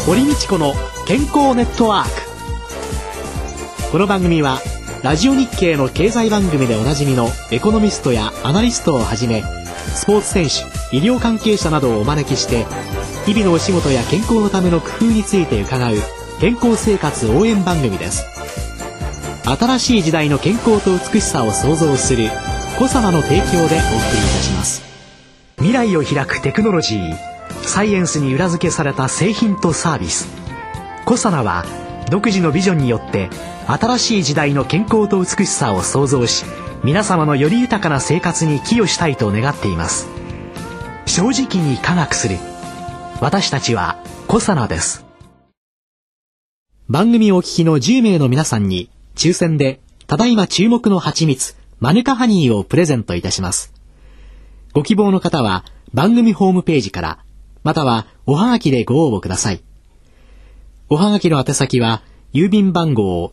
堀道子の健康ネットワーク。この番組はラジオ日経の経済番組でおなじみのエコノミストやアナリストをはじめ、スポーツ選手、医療関係者などをお招きして日々のお仕事や健康のための工夫について伺う健康生活応援番組です。新しい時代の健康と美しさを創造するコサナの提供でお送りいたします。未来を開くテクノロジー、サイエンスに裏付けされた製品とサービス。コサナは独自のビジョンによって新しい時代の健康と美しさを創造し、皆様のより豊かな生活に寄与したいと願っています。正直に科学する、私たちはコサナです。番組をお聞きの10名の皆さんに抽選でただいま注目の蜂蜜マヌカハニーをプレゼントいたします。ご希望の方は番組ホームページから、またはおはがきでご応募ください。おはがきの宛先は郵便番号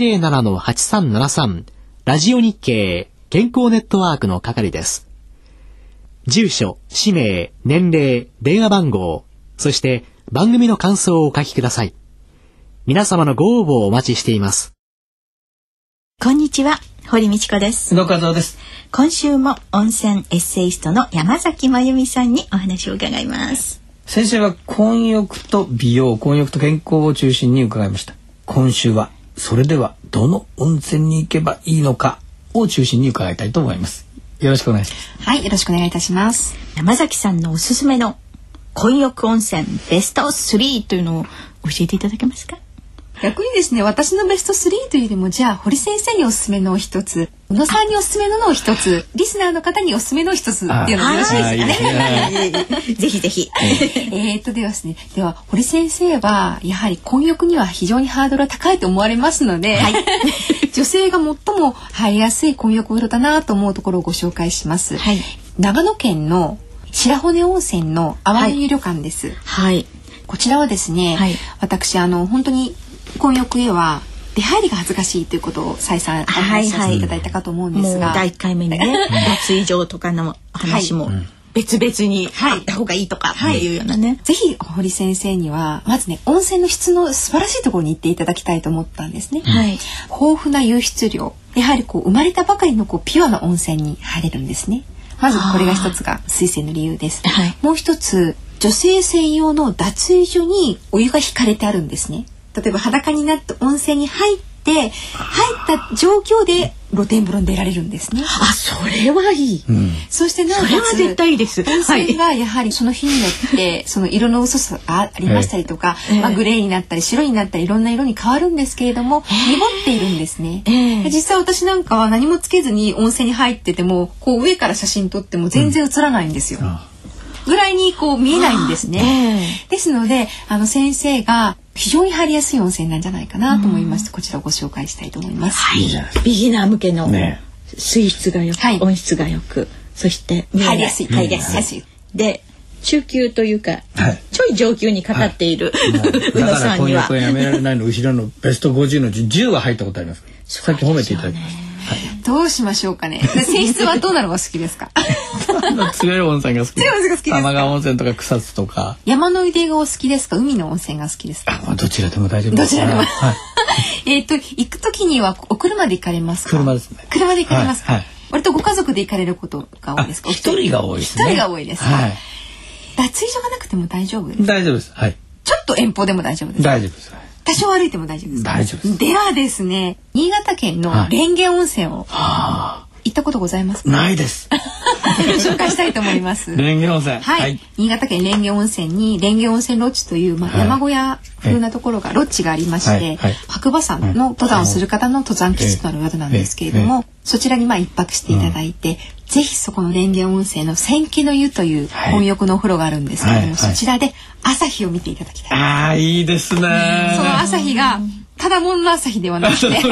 107-8373 ラジオ日経健康ネットワークの係です。住所、氏名、年齢、電話番号、そして番組の感想をお書きください。皆様のご応募をお待ちしています。 こんにちは、堀道子です。 宇野和夫です。 今週も温泉エッセイストの山崎真由美さんにお話を伺います。 先週は混浴と美容、混浴と健康を中心に伺いました。今週はそれではどの温泉に行けばいいのかを中心に伺いたいと思います。よろしくお願いします。 はい、よろしくお願いいたします。 山崎さんのおすすめの混浴温泉ベスト3というのを教えていただけますか？ 逆にですね、私のベスト3というよりも、じゃあ堀先生におすすめのを一つ、宇野さんにおすすめのを一つ、リスナーの方におすすめの一つっていうのがよろしいですかね。 ぜひぜひ。 ではですね、では堀先生はやはり混浴には非常にハードルが高いと思われますので、はい、女性が最も入りやすい混浴風呂だなと思うところをご紹介します。はい、長野県の白骨温泉の淡湯旅館です。はい。こちらはですね、はい、私本当に混浴へは出入りが恥ずかしいということを再三お話しさせていただいたかと思うんですが、 もう第1回目にね脱衣場とかの話も別々にあった方がいいとかっていうようなね、 ぜひ堀先生にはまずね、温泉の質の素晴らしいところに行っていただきたいと思ったんですね。はい、豊富な湧出量、やはり生まれたばかりのピュアな温泉に入れるんですね。まずこれが一つが推薦の理由です。はい、もう一つ、女性専用の脱衣所にお湯が引かれてあるんですね。例えば裸になって温泉に入った状況で露天風呂に出られるんですね。 あ、それはいい。 そしてなおかつ、それは絶対いいです。 温泉がやはりその日によってその色の薄さがありましたりとか、グレーになったり白になったりいろんな色に変わるんですけれども、濁っているんですね。実際私なんかは何もつけずに温泉に入ってても、上から写真撮っても全然映らないんですよ。ぐらいに見えないんですね。ですので先生が非常に入りやすい温泉なんじゃないかなと思いまして、こちらをご紹介したいと思います。 はい、ビギナー向けの水質がよく、温質がよく、そして入りやすい、 で中級というか、ちょい上級にかかっている宇野さんには。 だから混浴をやめられないの後ろのベスト50の10は入ったことあります。さっき褒めていただきました。 どうしましょうかね。泉質はどうなのが好きですか？ 強い温泉が好き。 強い温泉が好きですか？ 玉川温泉とか草津とか。 山の出がお好きですか？海の温泉が好きですか？ どちらでも大丈夫です。 どちらでも。行くときにはお車で行かれますか？ 車ですね。 車で行かれますか？割とご家族で行かれることが多いですか？ 一人が多いですね。 一人が多いです。はい。脱衣所がなくても大丈夫ですか？ 大丈夫です。はい。 ちょっと遠方でも大丈夫ですか？ 大丈夫です。 多少歩いても大丈夫ですか？ 大丈夫です。 ではですね、新潟県の蓮華温泉を行ったことございますか？ ないです。 紹介したいと思います。 蓮華温泉。 はい。新潟県蓮華温泉に蓮華温泉ロッジという山小屋風なところがロッジがありまして、白馬山の登山をする方の登山基地となる宿なんですけれども、そちらに一泊していただいて、ぜひそこの蓮華温泉の千家の湯という混浴のお風呂があるんですけれども、そちらで朝日を見ていただきたい。 いいですね。 その朝日がただもんの朝日ではなくて、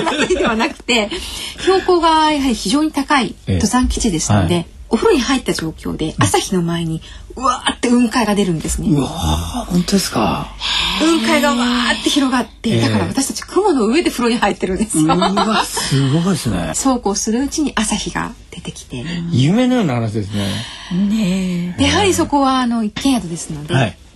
標高がやはり非常に高い登山基地ですので、お風呂に入った状況で朝日の前にうわーって雲海が出るんですね。 うわー、本当ですか？ 雲海がわーって広がって、だから私たち雲の上で風呂に入ってるんですよ。 うわ、すごいですね。 そうこうするうちに朝日が出てきて、 夢のような話ですね。 でやはりそこは一軒宿ですので、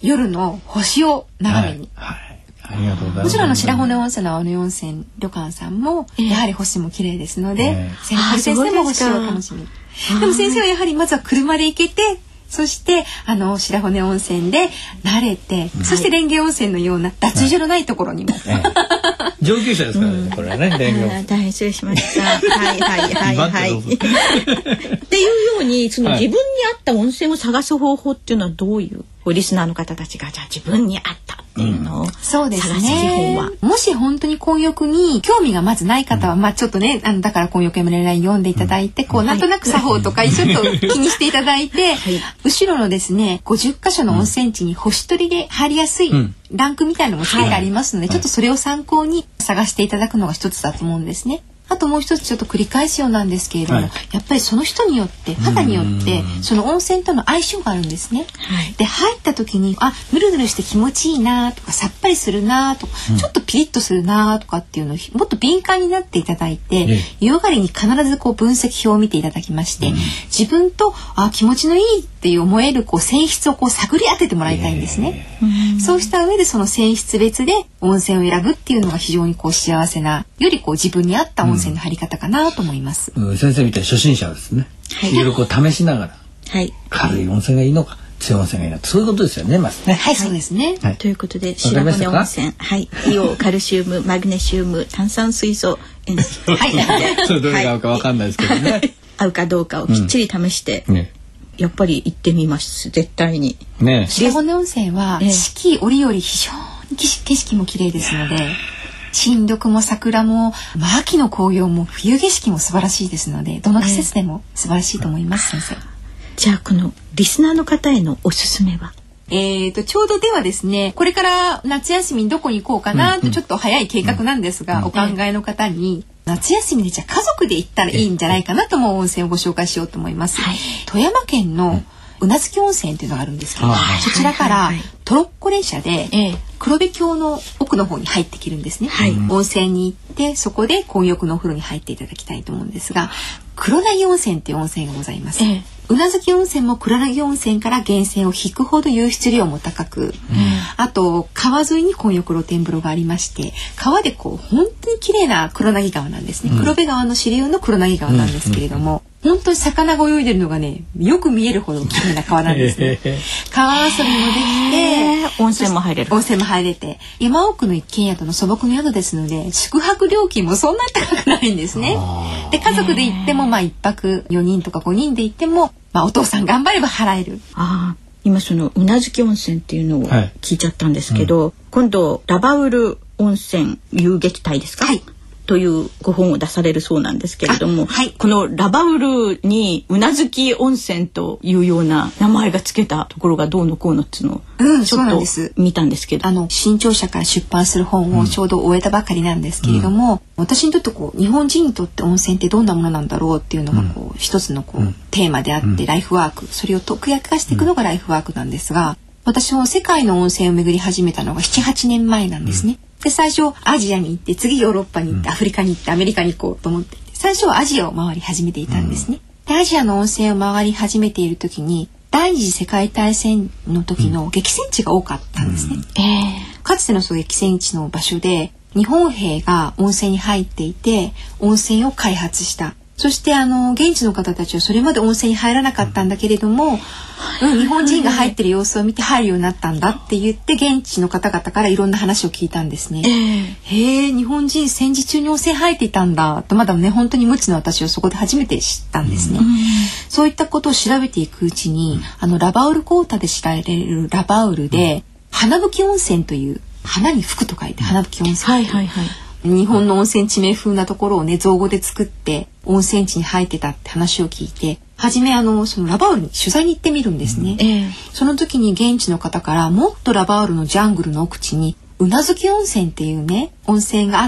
夜の星を眺めに、 はいはい、ありがとうございます。 もちろん白骨温泉の青根温泉旅館さんもやはり星も綺麗ですので、堀先生も星を楽しみ。でも先生はやはりまずは車で行けて、そして白骨温泉で慣れて、そして蓮華温泉のような脱衣所のないところにも、 上級者ですからね、これはね。 大変失礼しました。はいはいはいはい。っていうようにその自分に合った温泉を探す方法っていうのはどういうリスナーの方たちがじゃあ自分に合ったっていうのを探す基本は、 もし本当に混浴に興味がまずない方は、まあちょっとねだから混浴やめられない読んでいただいて、こうなんとなく作法とかちょっと気にしていただいて、後ろのですね50箇所の温泉地に星取りで入りやすいランクみたいなのも書いてありますので、ちょっとそれを参考に探していただくのが一つだと思うんですね。あともう一つちょっと繰り返すようなんですけれども、やっぱりその人によって肌によってその温泉との相性があるんですね。で入った時にぬるぬるして気持ちいいなとか、さっぱりするなとか、ちょっとピリッとするなとかっていうのをもっと敏感になっていただいて、湯上がりに必ずこう分析表を見ていただきまして、自分と気持ちのいいっていう思えるこう泉質をこう探り当ててもらいたいんですね。そうした上でその泉質別で温泉を選ぶっていうのが非常にこう幸せな、よりこう自分に合った温泉の入り方かなと思います。 先生みたいに初心者はですね、いろいろこう試しながら、軽い温泉がいいのか強い温泉がいいのか、そういうことですよね、まずね。 はい、そうですね。 ということで白骨温泉、硫黄、カルシウム、マグネシウム、炭酸水素塩水、 それどれが合うかわかんないですけどね。 合うかどうかをきっちり試して。やっぱり行ってみます、絶対に。 白骨温泉は四季折々非常に景色も綺麗ですので、新緑も桜も、秋の紅葉も冬景色も素晴らしいですので、どの季節でも素晴らしいと思います、先生。 じゃあこのリスナーの方へのおすすめは？ ちょうどではですね、これから夏休みにどこに行こうかなとちょっと早い計画なんですが、お考えの方に夏休みでじゃあ家族で行ったらいいんじゃないかなと思う温泉をご紹介しようと思います。富山県の宇奈月温泉っていうのがあるんですけど、そちらからトロッコ列車で黒部峡の奥の方に入ってきるんですね。温泉に行ってそこで混浴のお風呂に入っていただきたいと思うんですが、黒薙温泉っていう温泉がございます。宇奈月温泉も黒薙温泉から源泉を引くほど湧出量も高く、あと川沿いに混浴露天風呂がありまして、川でこう本当に綺麗な黒薙川なんですね。黒部川の支流の黒薙川なんですけれども、本当に魚が泳いでるのがねよく見えるほど綺麗な川なんですね。川遊びもできて、 温泉も入れる。 温泉も入れて、山奥の一軒宿の素朴の宿ですので、宿泊料金もそんなに高くないんですね。で家族で行っても1泊4人とか5人で行っても、お父さん頑張れば払える。 今その宇奈月温泉っていうのを聞いちゃったんですけど、今度ラバウル温泉遊撃隊ですか、というご本を出されるそうなんですけれども、このラバウルに宇奈月温泉というような名前が付けたところがどうのこうのっていうのをちょっと見たんですけど、 新潮社から出版する本をちょうど終えたばかりなんですけれども、私にとって日本人にとって温泉ってどんなものなんだろうっていうのが一つのテーマであって、ライフワーク、それを特約化していくのがライフワークなんですが、私も世界の温泉を巡り始めたのが 7,8 年前なんですね。で最初アジアに行って、次ヨーロッパに行って、アフリカに行って、アメリカに行こうと思っていて、最初はアジアを回り始めていたんですね。でアジアの温泉を回り始めている時に、第二次世界大戦の時の激戦地が多かったんですね。かつてのそういう激戦地の場所で日本兵が温泉に入っていて、温泉を開発した。そして現地の方たちはそれまで温泉に入らなかったんだけれども、日本人が入ってる様子を見て入るようになったんだって言って、現地の方々からいろんな話を聞いたんですね。日本人戦時中に温泉入っていたんだと、まだね本当に無知の私はそこで初めて知ったんですね。そういったことを調べていくうちに、ラバウルコータで知られるラバウルで、花吹温泉という、花に吹くと書いて花吹温泉、日本の温泉地名風なところをね造語で作って温泉地に入ってたって話を聞いて、初めそのラバウルに取材に行ってみるんですね。その時に現地の方から、もっとラバウルのジャングルの奥地に宇奈月温泉っていうね温泉があって、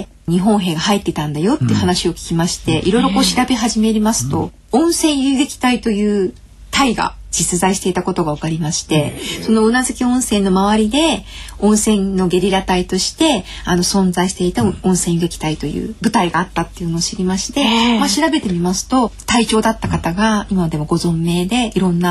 日本兵が入ってたんだよって話を聞きまして、いろいろ調べ始めますと、温泉遊撃隊という隊が実在していたことが分かりまして、その宇奈月温泉の周りで温泉のゲリラ隊として存在していた温泉遊撃隊という部隊があったっていうのを知りまして、調べてみますと隊長だった方が今でもご存命で、いろんな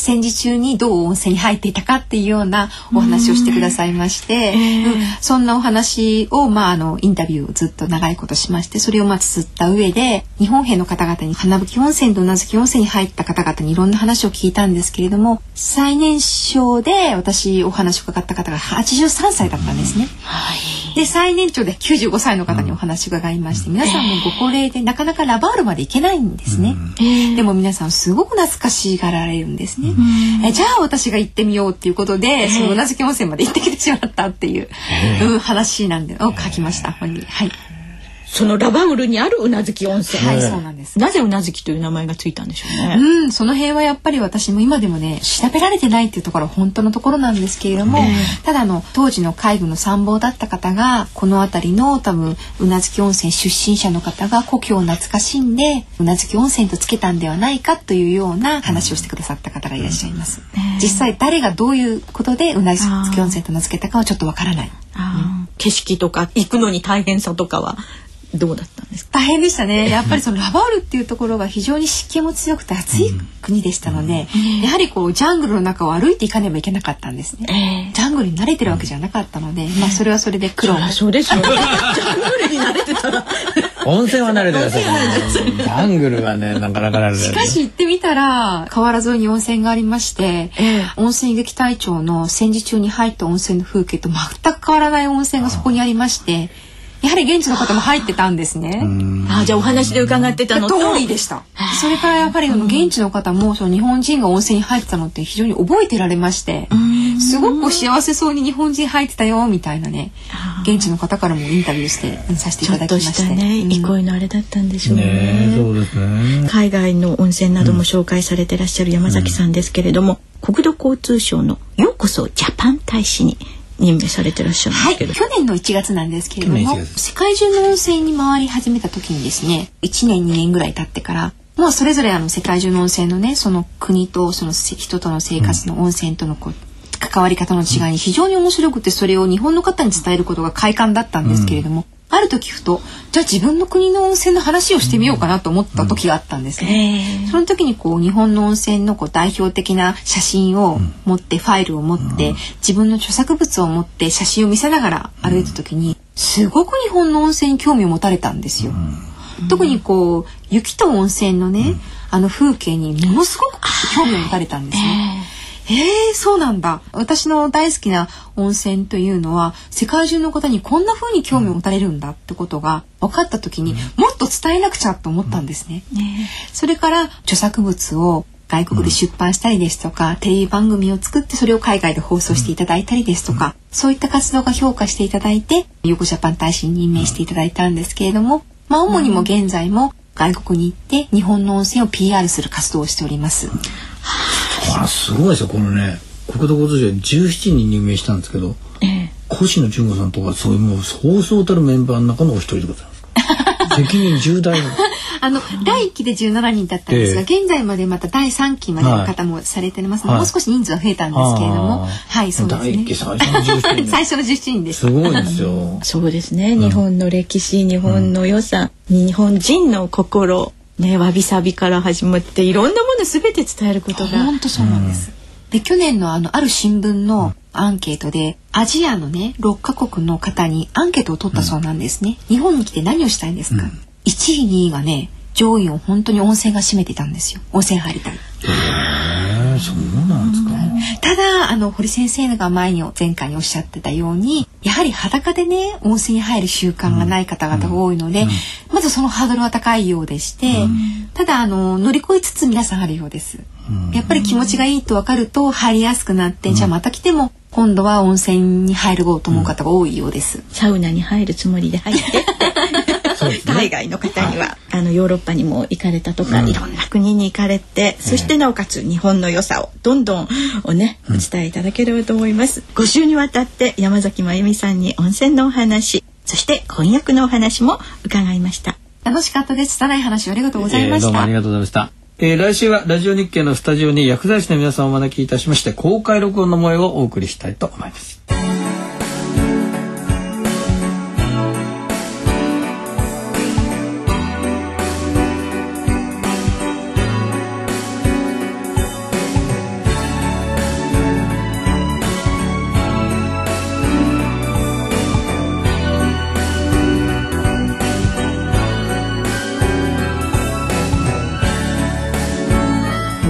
戦時中にどう温泉に入っていたかっていうようなお話をしてくださいまして、そんなお話を、インタビューをずっと長いことしまして、それを綴った上で日本兵の方々に花吹温泉と宇奈月温泉に入った方々にいろんな話を聞いたんですけれども、最年少で私お話を伺った方が83歳だったんですね。で最年長で95歳の方にお話を伺いまして、皆さんもご高齢でなかなかラバールまで行けないんですね。でも皆さんすごく懐かしがられるんですね。じゃあ私が行ってみようっていうことで、その宇奈月温泉まで行ってきてしまったっていう、話なんでを書きました本に。はい。 そのラバウルにある宇奈月温泉。 はい、そうなんです。 なぜ宇奈月という名前がついたんでしょうね。 その辺はやっぱり私も今でもね調べられてないっていうところは本当のところなんですけれども、ただ当時の海軍の参謀だった方がこの辺りの多分宇奈月温泉出身者の方が故郷を懐かしんで宇奈月温泉とつけたんではないかというような話をしてくださった方がいらっしゃいます。実際誰がどういうことで宇奈月温泉と名付けたかはちょっとわからない。 景色とか行くのに大変さとかはどうだったんですか？ 大変でしたね。やっぱりそのラバウルっていうところが非常に湿気も強くて暑い国でしたので、やはりジャングルの中を歩いていかねばいけなかったんですね。ジャングルに慣れてるわけじゃなかったので、それはそれで苦労。 そうですよね。ジャングルに慣れてたら温泉は慣れてください。ジャングルはねなかなか慣れてない。 しかし行ってみたら河原沿いに温泉がありまして、温泉撃隊長の戦時中に入った温泉の風景と全く変わらない温泉がそこにありまして、やはり現地の方も入ってたんですね。 じゃあお話で伺ってたのと通りでした。それからやっぱり現地の方もその日本人が温泉に入ってたのって非常に覚えてられまして、すごく幸せそうに日本人入ってたよみたいなね、現地の方からもインタビューしてさせていただきまして、 ちょっとしたね、憩いのあれだったんでしょうね。 そうですね。 海外の温泉なども紹介されてらっしゃる山崎さんですけれども、国土交通省のようこそジャパン大使に任命されてらっしゃるんですけど、 去年の1月なんですけれども、世界中の温泉に回り始めた時にですね、1年2年ぐらい経ってからもうそれぞれ世界中の温泉のね、その国とその人との生活の温泉との関わり方の違いに非常に面白くて、それを日本の方に伝えることが快感だったんですけれども、ある時ふとじゃあ自分の国の温泉の話をしてみようかなと思った時があったんですね。その時に日本の温泉の代表的な写真を持って、ファイルを持って、自分の著作物を持って写真を見せながら歩いた時にすごく日本の温泉に興味を持たれたんですよ。特に雪と温泉のね、風景にものすごく興味を持たれたんですね。そうなんだ。私の大好きな温泉というのは世界中の方にこんな風に興味を持たれるんだってことが分かった時に、もっと伝えなくちゃと思ったんですね。それから著作物を外国で出版したりですとか、テレビ番組を作ってそれを海外で放送していただいたりですとか、そういった活動が評価していただいてヨコジャパン大使に任命していただいたんですけれども、主にも現在も外国に行って日本の温泉を PR する活動をしております。 すごいですよ。このね、国土交通省17人任命したんですけど、越野純子さんとかそういうもうそうそうたるメンバーの中のお一人でございます。責任重大な第1期で17人だったんですが、現在までまた第3期までの方もされてますので、もう少し人数は増えたんですけれども、そうですね。 第1期最初の17人最初の17人です。 すごいですよ。 そうですね。日本の歴史、日本の良さ、日本人の心ね、わびさびから始まっていろんなものすべて伝えることが本当そうなんです。で去年のある新聞のアンケートでアジアのね6カ国の方にアンケートを取ったそうなんですね。日本に来て何をしたいんですか。1位2位がね上位を本当に温泉が占めてたんですよ。温泉入りたい。 そうなんですか。 ただ堀先生が前回におっしゃってたように、やはり裸でね温泉に入る習慣がない方々が多いので、まずそのハードルは高いようでして、ただ乗り越えつつ皆さんあるようです。やっぱり気持ちがいいと分かると入りやすくなって、じゃあまた来ても今度は温泉に入ろうと思う方が多いようです。 サウナに入るつもりで入って海外の方にはヨーロッパにも行かれたとか、いろんな国に行かれて、そしてなおかつ日本の良さをどんどんお伝えいただければと思います。5週にわたって山崎真由美さんに温泉のお話、そして婚約のお話も伺いました。 楽しかったです。拙い話ありがとうございました。 どうもありがとうございました。来週はラジオ日経のスタジオに薬剤師の皆さんをお招きいたしまして、公開録音の模様をお送りしたいと思います。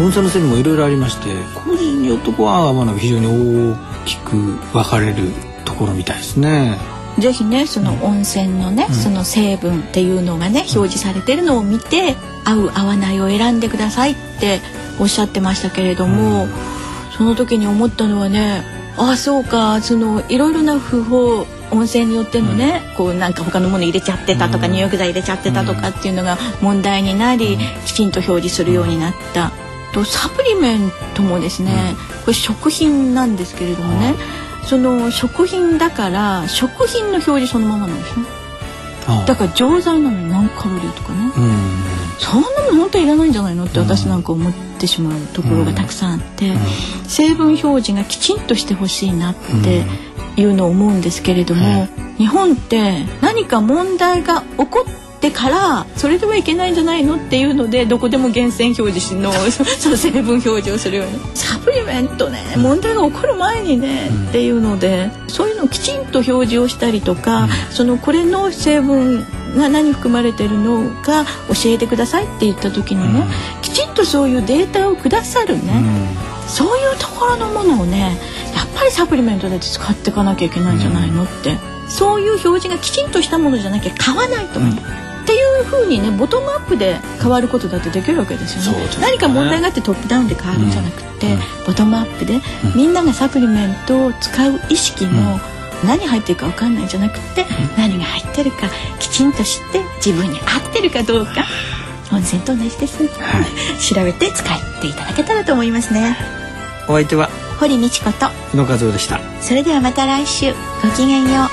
温泉の成分もいろいろありまして、個人によって合う合わないが非常に大きく分かれるところみたいですね。 ぜひね、その温泉のね、その成分っていうのがね表示されてるのを見て、合う合わないを選んでくださいっておっしゃってましたけれども、その時に思ったのはね、あ、そうか、そのいろいろな不法温泉によってのね、こうなんか他のもの入れちゃってたとか、入浴剤入れちゃってたとかっていうのが問題になり、きちんと表示するようになったと。サプリメントもですね、これ食品なんですけれどもね、その食品だから食品の表示そのままなんですね。だから錠剤なのに何カロリーとかね、そんなの本当にいらないんじゃないのって私なんか思ってしまうところがたくさんあって、成分表示がきちんとしてほしいなっていうのを思うんですけれども、日本って何か問題が起こってからそれではいけないんじゃないのっていうので、どこでも厳選表示のその成分表示をするように、サプリメントね、問題が起こる前にね、っていうので、そういうのをきちんと表示をしたりとか、そのこれの成分が何含まれてるのか教えてくださいって言った時にね、きちんとそういうデータをくださるね、そういうところのものをね、やっぱりサプリメントで使っていかなきゃいけないんじゃないのって、そういう表示がきちんとしたものじゃなきゃ買わないと思う、っていう風にね、ボトムアップで変わることだってできるわけですよね。何か問題があってトップダウンで変わるんじゃなくて、ボトムアップで、みんながサプリメントを使う意識も、何入ってるか分かんないんじゃなくて、何が入ってるかきちんと知って自分に合ってるかどうか、温泉と同じです、調べて使っていただけたらと思いますね。 お相手は堀道子と宇野和夫でした。 それではまた来週、ごきげんよう。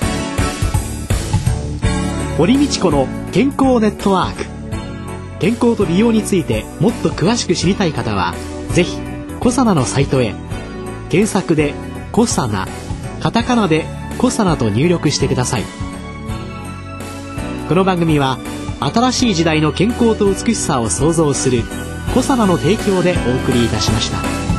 堀道子の健康ネットワーク。健康と美容についてもっと詳しく知りたい方は、ぜひコサナのサイトへ。検索でコサナ、カタカナでコサナと入力してください。この番組は新しい時代の健康と美しさを創造するコサナの提供でお送りいたしました。